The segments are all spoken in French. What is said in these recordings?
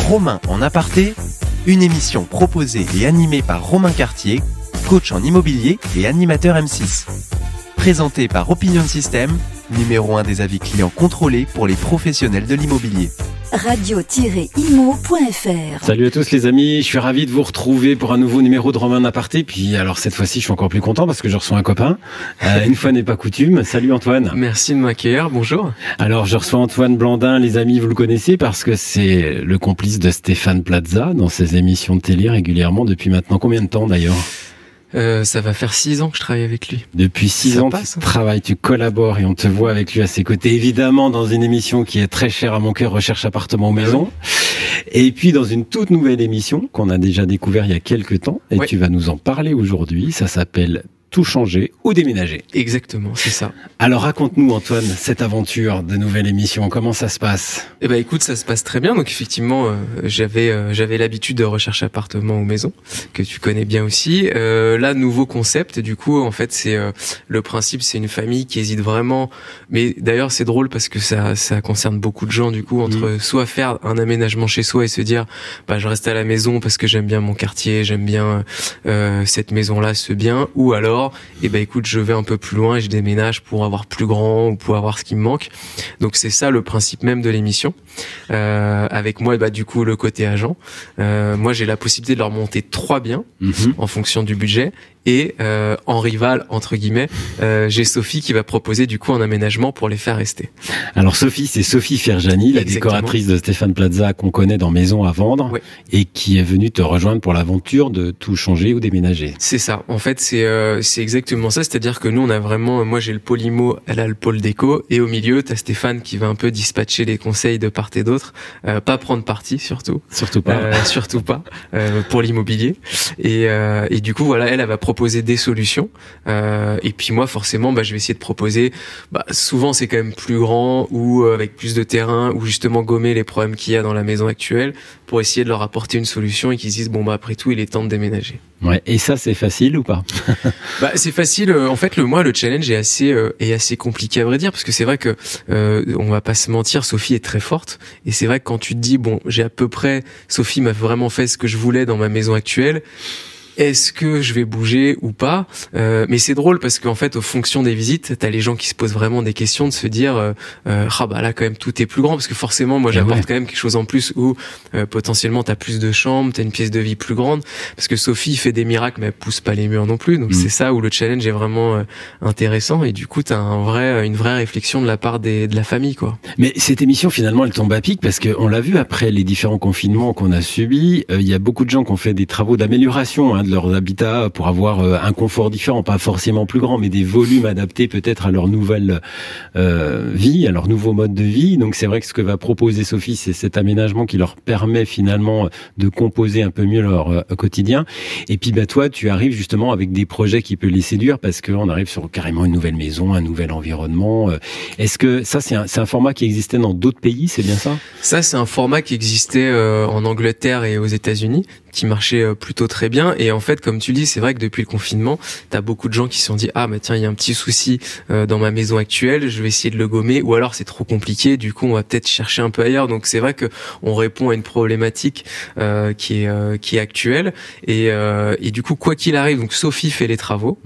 Romain en aparté, une émission proposée et animée par Romain Cartier, coach en immobilier et animateur M6. Présenté par Opinion System, numéro 1 des avis clients contrôlés pour les professionnels de l'immobilier. Radio-imo.fr. Salut à tous les amis, je suis ravi de vous retrouver pour un nouveau numéro de Romain en aparté. Puis alors cette fois-ci, je suis encore plus content parce que je reçois un copain. Une fois n'est pas coutume. Salut Antoine. Merci de m'accueillir, bonjour. Alors je reçois Antoine Blandin, les amis, vous le connaissez parce que c'est le complice de Stéphane Plaza dans ses émissions de télé régulièrement depuis maintenant combien de temps d'ailleurs ? Ça va faire 6 ans que je travaille avec lui. Depuis 6 ans, tu travailles, tu collabores et on te voit avec lui à ses côtés, évidemment dans une émission qui est très chère à mon cœur, Recherche appartement ou maison. Et puis dans une toute nouvelle émission qu'on a déjà découvert il y a quelques temps, et tu vas nous en parler aujourd'hui, ça s'appelle Tout changer ou déménager. Exactement, c'est ça. Alors raconte-nous Antoine, cette aventure de nouvelle émission, comment ça se passe ? Eh ben écoute, ça se passe très bien. Donc effectivement, j'avais l'habitude de Recherche appartement ou maison, que tu connais bien aussi. Là, nouveau concept, du coup, en fait, c'est le principe, c'est une famille qui hésite vraiment. Mais d'ailleurs, c'est drôle parce que ça concerne beaucoup de gens, du coup, entre soit faire un aménagement chez soi et se dire, bah je reste à la maison parce que j'aime bien mon quartier, j'aime bien cette maison-là, ce bien, ou alors et ben écoute, je vais un peu plus loin et je déménage pour avoir plus grand ou pour avoir ce qui me manque. Donc c'est ça le principe même de l'émission. Avec moi, bah du coup le côté agent. Moi j'ai la possibilité de leur monter 3 biens en fonction du budget. Et en rival entre guillemets, j'ai Sophie qui va proposer du coup un aménagement pour les faire rester. Alors Sophie, c'est Sophie Ferjani, la décoratrice de Stéphane Plaza qu'on connaît dans Maison à vendre, et qui est venue te rejoindre pour l'aventure de tout changer ou déménager. C'est ça. En fait, c'est exactement ça. C'est-à-dire que nous, on a vraiment, moi j'ai le pôle IMO, elle a le pôle déco, et au milieu, t'as Stéphane qui va un peu dispatcher les conseils de part et d'autre, pas prendre parti surtout. Surtout pas. Pour l'immobilier. Et du coup, voilà, elle va proposer des solutions. Et puis moi, forcément, je vais essayer de proposer. Souvent, c'est quand même plus grand ou avec plus de terrain, ou justement gommer les problèmes qu'il y a dans la maison actuelle pour essayer de leur apporter une solution et qu'ils se disent après tout, il est temps de déménager. Ouais. Et ça, c'est facile ou pas ? C'est facile. En fait, le challenge est assez compliqué à vrai dire, parce que c'est vrai que on va pas se mentir, Sophie est très forte, et c'est vrai que quand tu te dis j'ai à peu près, Sophie m'a vraiment fait ce que je voulais dans ma maison actuelle. Est-ce que je vais bouger ou pas ? Mais c'est drôle parce qu'en fait, aux fonctions des visites, t'as les gens qui se posent vraiment des questions de se dire là quand même tout est plus grand, parce que forcément moi j'apporte quand même quelque chose en plus où potentiellement t'as plus de chambres, t'as une pièce de vie plus grande, parce que Sophie fait des miracles mais elle pousse pas les murs non plus, donc c'est ça où le challenge est vraiment intéressant, et du coup t'as une vraie réflexion de la part de la famille quoi. Mais cette émission finalement elle tombe à pic parce que on l'a vu après les différents confinements qu'on a subis, il y a beaucoup de gens qui ont fait des travaux d'amélioration de leurs habitats pour avoir un confort différent, pas forcément plus grand, mais des volumes adaptés peut-être à leur nouvelle vie, à leur nouveau mode de vie. Donc c'est vrai que ce que va proposer Sophie, c'est cet aménagement qui leur permet finalement de composer un peu mieux leur quotidien. Et puis toi, tu arrives justement avec des projets qui peuvent les séduire parce qu'on arrive sur carrément une nouvelle maison, un nouvel environnement. Est-ce que ça, c'est un format qui existait dans d'autres pays, c'est bien ça ? Ça, c'est un format qui existait en Angleterre et aux États-Unis, qui marchait plutôt très bien. Et en fait, comme tu dis, c'est vrai que depuis le confinement, t'as beaucoup de gens qui se sont dit tiens, il y a un petit souci dans ma maison actuelle, je vais essayer de le gommer, ou alors c'est trop compliqué, du coup on va peut-être chercher un peu ailleurs. Donc c'est vrai que on répond à une problématique qui est actuelle, et du coup quoi qu'il arrive, donc Sophie fait les travaux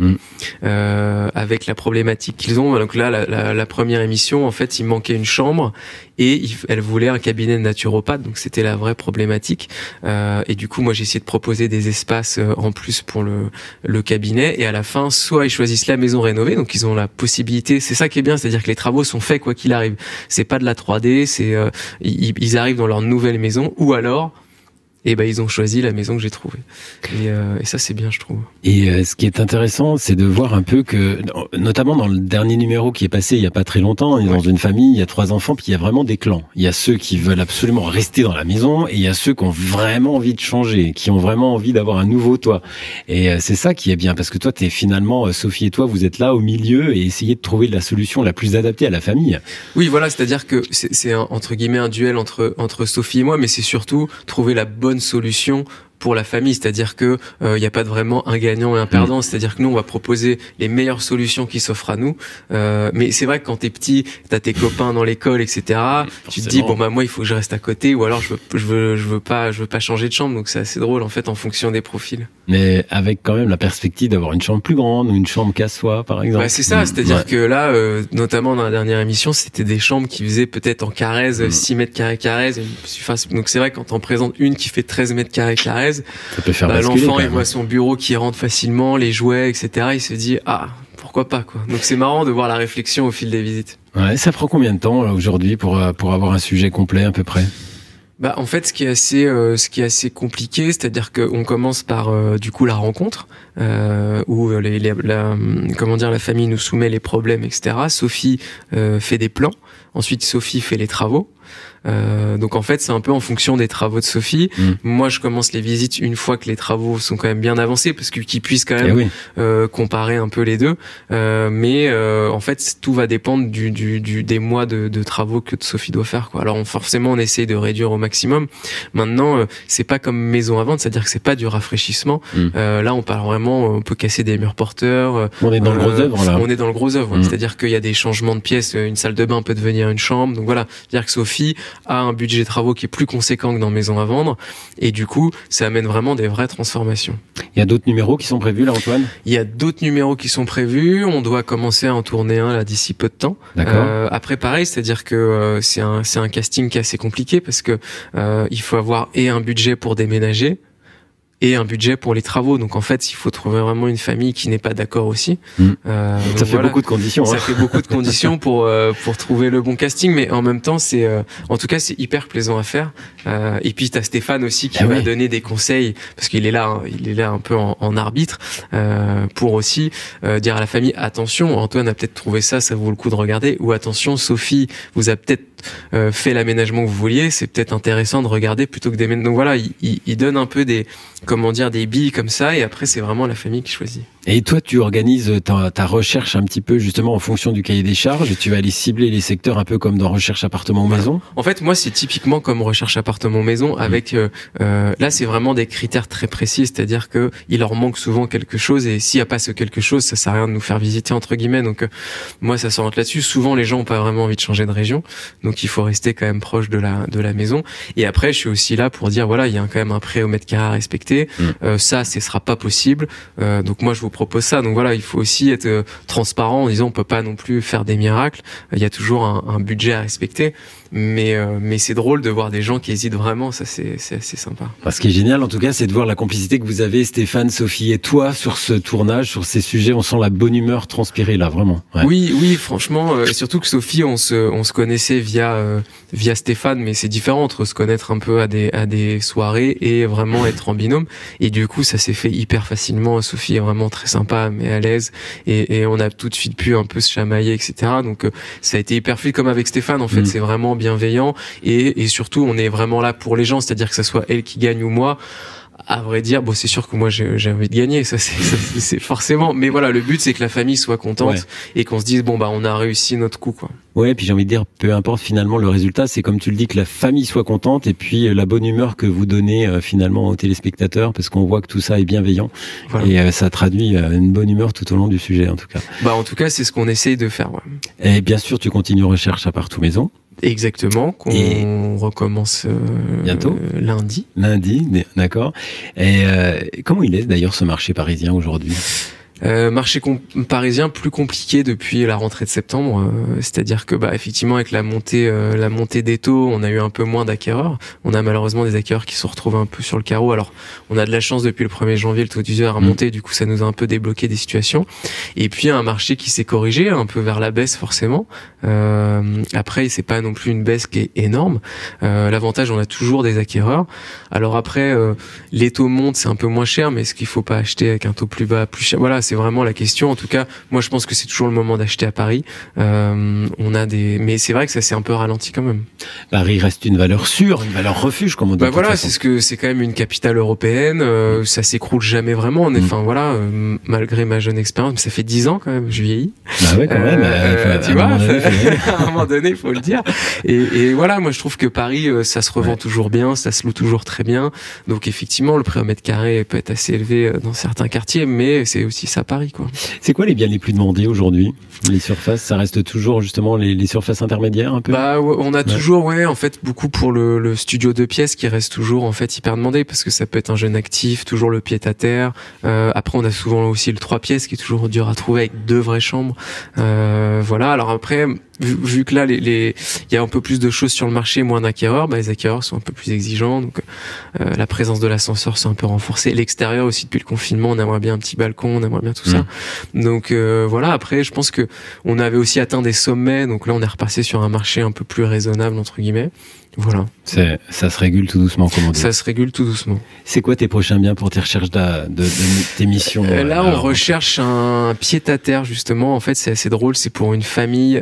avec la problématique qu'ils ont. Donc là la première émission, en fait, il manquait une chambre et elle voulait un cabinet de naturopathe, donc c'était la vraie problématique. Et du coup moi j'ai essayé de proposer des espaces en plus pour le cabinet, et à la fin, soit ils choisissent la maison rénovée, donc ils ont la possibilité, c'est ça qui est bien, c'est-à-dire que les travaux sont faits quoi qu'il arrive. C'est pas de la 3D, c'est ils arrivent dans leur nouvelle maison, ou alors ils ont choisi la maison que j'ai trouvée. Et ça, c'est bien, je trouve. Et ce qui est intéressant, c'est de voir un peu que, notamment dans le dernier numéro qui est passé il y a pas très longtemps, on est dans une famille, il y a 3 enfants, puis il y a vraiment des clans. Il y a ceux qui veulent absolument rester dans la maison, et il y a ceux qui ont vraiment envie de changer, qui ont vraiment envie d'avoir un nouveau toit. Et c'est ça qui est bien, parce que toi, t'es finalement, Sophie et toi, vous êtes là au milieu et essayez de trouver la solution la plus adaptée à la famille. Oui, voilà, c'est-à-dire que c'est entre guillemets un duel entre Sophie et moi, mais c'est surtout trouver la bonne solution pour la famille, c'est-à-dire que il y a pas vraiment un gagnant et un perdant, c'est-à-dire que nous on va proposer les meilleures solutions qui s'offrent à nous, mais c'est vrai que quand t'es petit, t'as tes copains dans l'école, etc. Tu te dis bon bah moi il faut que je reste à côté, ou alors je veux pas changer de chambre, donc c'est assez drôle en fait en fonction des profils. Mais avec quand même la perspective d'avoir une chambre plus grande ou une chambre qu'à soi par exemple. Bah c'est ça, c'est-à-dire que là notamment dans la dernière émission, c'était des chambres qui faisaient peut-être en Carrez 6 mètres carrés, donc c'est vrai quand on présente une qui fait 13 mètres carrés, ça peut faire basculer, l'enfant il voit son bureau qui rentre facilement, les jouets, etc. Il se dit pourquoi pas quoi. Donc c'est marrant de voir la réflexion au fil des visites. Ouais, ça prend combien de temps là, aujourd'hui pour avoir un sujet complet à peu près? Bah en fait ce qui est assez compliqué, c'est-à-dire qu'on commence par du coup la rencontre où la famille nous soumet les problèmes, etc. Sophie fait des plans, ensuite Sophie fait les travaux. Donc en fait c'est un peu en fonction des travaux de Sophie. Moi je commence les visites une fois que les travaux sont quand même bien avancés, parce qu'ils puissent quand même comparer un peu les deux, mais en fait tout va dépendre des mois de travaux que Sophie doit faire quoi. Alors forcément on essaye de réduire au maximum. Maintenant c'est pas comme maison à vendre, c'est-à-dire que c'est pas du rafraîchissement. Là on parle vraiment, on peut casser des murs porteurs, on est dans le gros œuvre là. On est dans le gros œuvre, c'est-à-dire qu'il y a des changements de pièces, une salle de bain peut devenir une chambre, donc voilà, c'est-à-dire que Sophie a un budget de travaux qui est plus conséquent que dans maison à vendre, et du coup ça amène vraiment des vraies transformations. Il y a d'autres numéros qui sont prévus là, Antoine? Il y a d'autres numéros qui sont prévus, on doit commencer à en tourner un là d'ici peu de temps. Après pareil, c'est-à-dire que c'est un casting qui est assez compliqué, parce que il faut avoir et un budget pour déménager et un budget pour les travaux. Donc en fait, il faut trouver vraiment une famille qui n'est pas d'accord aussi. Ça fait beaucoup de conditions. Ça fait beaucoup de conditions pour trouver le bon casting, mais en même temps, en tout cas, c'est hyper plaisant à faire. Et puis t'as Stéphane aussi qui va donner des conseils, parce qu'il est là, un peu en arbitre, pour aussi dire à la famille attention, Antoine a peut-être trouvé ça vaut le coup de regarder, ou attention, Sophie vous a peut-être fait l'aménagement que vous vouliez, c'est peut-être intéressant de regarder plutôt que déménager. Donc voilà, il donne un peu des billes comme ça, et après c'est vraiment la famille qui choisit. Et toi, tu organises ta recherche un petit peu justement en fonction du cahier des charges, et tu vas aller cibler les secteurs un peu comme dans recherche appartement maison. En fait, moi, c'est typiquement comme recherche appartement maison, avec là, c'est vraiment des critères très précis, c'est-à-dire que il leur manque souvent quelque chose, et s'il y a pas ce quelque chose, ça sert à rien de nous faire visiter entre guillemets. Donc moi, ça s'oriente là-dessus. Souvent, les gens ont pas vraiment envie de changer de région, donc il faut rester quand même proche de la maison. Et après, je suis aussi là pour dire voilà, il y a quand même un prêt au mètre carré à respecter. Ça, ce sera pas possible. Donc moi, je vous propose ça. Donc voilà, il faut aussi être transparent en disant on peut pas non plus faire des miracles. Il y a toujours un budget à respecter. Mais c'est drôle de voir des gens qui hésitent vraiment, ça c'est assez sympa. Ce qui est génial en tout cas, c'est de voir la complicité que vous avez, Stéphane, Sophie et toi, sur ce tournage, sur ces sujets. On sent la bonne humeur transpirer là, vraiment. Ouais. Oui, franchement, surtout que Sophie, on se connaissait via Stéphane, mais c'est différent entre se connaître un peu à des soirées et vraiment être en binôme. Et du coup, ça s'est fait hyper facilement. Sophie est vraiment très sympa, mais à l'aise, et on a tout de suite pu un peu se chamailler, etc. Donc ça a été hyper fluide, comme avec Stéphane. En fait, c'est vraiment bienveillant, et surtout on est vraiment là pour les gens, c'est-à-dire que ça soit elle qui gagne ou moi. À vrai dire, bon, c'est sûr que moi j'ai envie de gagner, ça c'est forcément, mais voilà, le but c'est que la famille soit contente et qu'on se dise bon bah on a réussi notre coup quoi. Ouais, puis j'ai envie de dire, peu importe finalement le résultat, c'est comme tu le dis, que la famille soit contente, et puis la bonne humeur que vous donnez finalement aux téléspectateurs, parce qu'on voit que tout ça est bienveillant, et ça traduit une bonne humeur tout au long du sujet en tout cas. Bah en tout cas c'est ce qu'on essaye de faire. Ouais. Et bien sûr tu continues recherche à partout maison. Exactement, qu'on recommence bientôt. Lundi, d'accord. Et comment il est d'ailleurs ce marché parisien aujourd'hui ? Marché parisien plus compliqué depuis la rentrée de septembre, c'est-à-dire que effectivement avec la montée des taux, on a eu un peu moins d'acquéreurs. On a malheureusement des acquéreurs qui se sont retrouvés un peu sur le carreau. Alors on a de la chance, depuis le 1er janvier le taux d'usure a remonté, du coup ça nous a un peu débloqué des situations. Et puis un marché qui s'est corrigé un peu vers la baisse forcément. Après c'est pas non plus une baisse qui est énorme. L'avantage, on a toujours des acquéreurs. Alors après les taux montent, c'est un peu moins cher, mais est-ce qu'il faut pas acheter avec un taux plus bas, plus cher? Voilà, c'est vraiment la question. En tout cas, moi je pense que c'est toujours le moment d'acheter à Paris. Mais c'est vrai que ça s'est un peu ralenti quand même. Paris reste une valeur sûre, une valeur refuge, comme on dit. Voilà, c'est quand même une capitale européenne. Ça s'écroule jamais vraiment. Enfin voilà, malgré ma jeune expérience, mais ça fait 10 ans quand même, je vieillis. Bah ouais, quand même. Tu vois, à un moment donné, il faut le dire. Et voilà, moi je trouve que Paris, ça se revend toujours bien, ça se loue toujours très bien. Donc effectivement, le prix au mètre carré peut être assez élevé dans certains quartiers, mais c'est aussi ça Paris, quoi. C'est quoi les biens les plus demandés aujourd'hui? Les surfaces, ça reste toujours justement les surfaces intermédiaires un peu? On a toujours, en fait, beaucoup pour le studio 2 pièces qui reste toujours en fait hyper demandé parce que ça peut être un jeune actif, toujours le pied à terre. Après, on a souvent aussi le 3 pièces qui est toujours dur à trouver avec 2 vraies chambres. Voilà. Alors après, vu que là, il y a un peu plus de choses sur le marché, moins d'acquéreurs, les acquéreurs sont un peu plus exigeants. Donc, la présence de l'ascenseur s'est un peu renforcée. L'extérieur aussi, depuis le confinement, on aimerait bien un petit balcon, on aimerait bien tout ça. Donc, voilà. Après, je pense que on avait aussi atteint des sommets. Donc là, on est repassé sur un marché un peu plus raisonnable, entre guillemets. Voilà. Ça se régule tout doucement, comment dire. Ça se régule tout doucement. C'est quoi tes prochains biens pour tes recherches de tes missions? Là, on recherche un pied-à-terre, justement. En fait, c'est assez drôle. C'est pour une famille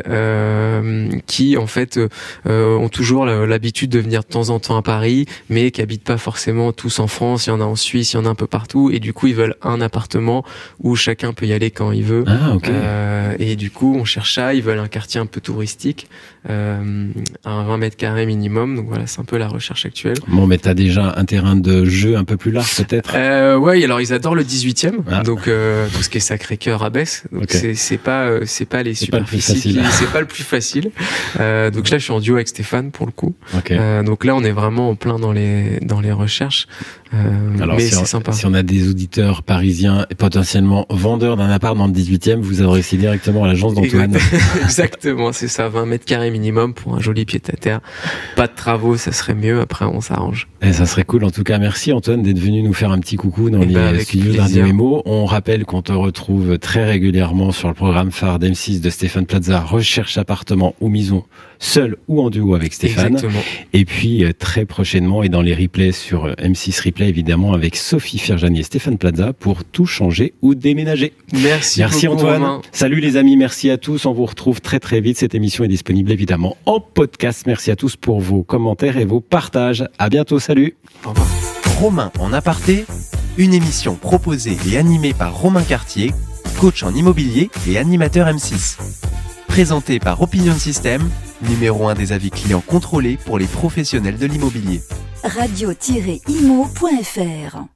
qui, en fait, ont toujours l'habitude de venir de temps en temps à Paris, mais qui habitent pas forcément tous en France. Il y en a en Suisse, il y en a un peu partout. Et du coup, ils veulent un appartement où chacun peut y aller quand il veut. Ah, ok. Et du coup, on cherche ça. Ils veulent un quartier un peu touristique, un 20 mètres carrés minimum. Donc voilà, c'est un peu la recherche actuelle. Bon, mais t'as déjà un terrain de jeu un peu plus large, peut-être? Ouais, alors ils adorent le 18e, donc tout ce qui est Sacré-Cœur, Abbesse. Donc c'est pas les superficies, c'est pas le plus facile. Donc là, je suis en duo avec Stéphane pour le coup. Donc là, on est vraiment en plein dans les recherches. Alors, mais c'est sympa. Si on a des auditeurs parisiens et potentiellement vendeurs d'un appart dans le 18e, vous adressez directement à l'agence d'Antoine. Exactement, c'est ça, 20 mètres carrés minimum pour un joli pied-à-terre. Pas de travaux, ça serait mieux. Après, on s'arrange. Et ça serait cool. En tout cas, merci Antoine d'être venu nous faire un petit coucou dans les studios de Radio Imo. On rappelle qu'on te retrouve très régulièrement sur le programme phare d'M6 de Stéphane Plaza, Recherche appartement ou maison, seul ou en duo avec Stéphane. Exactement. Et puis, très prochainement, et dans les replays sur M6 Replay, évidemment, avec Sophie Ferjani et Stéphane Plaza pour tout changer ou déménager. Merci beaucoup, Antoine. Romain. Salut les amis, merci à tous. On vous retrouve très très vite. Cette émission est disponible évidemment en podcast. Merci à tous pour vos commentaires et vos partages. À bientôt, salut. Au revoir. Romain en aparté, une émission proposée et animée par Romain Cartier, coach en immobilier et animateur M6. Présentée par Opinion System, numéro 1 des avis clients contrôlés pour les professionnels de l'immobilier. Radio-imo.fr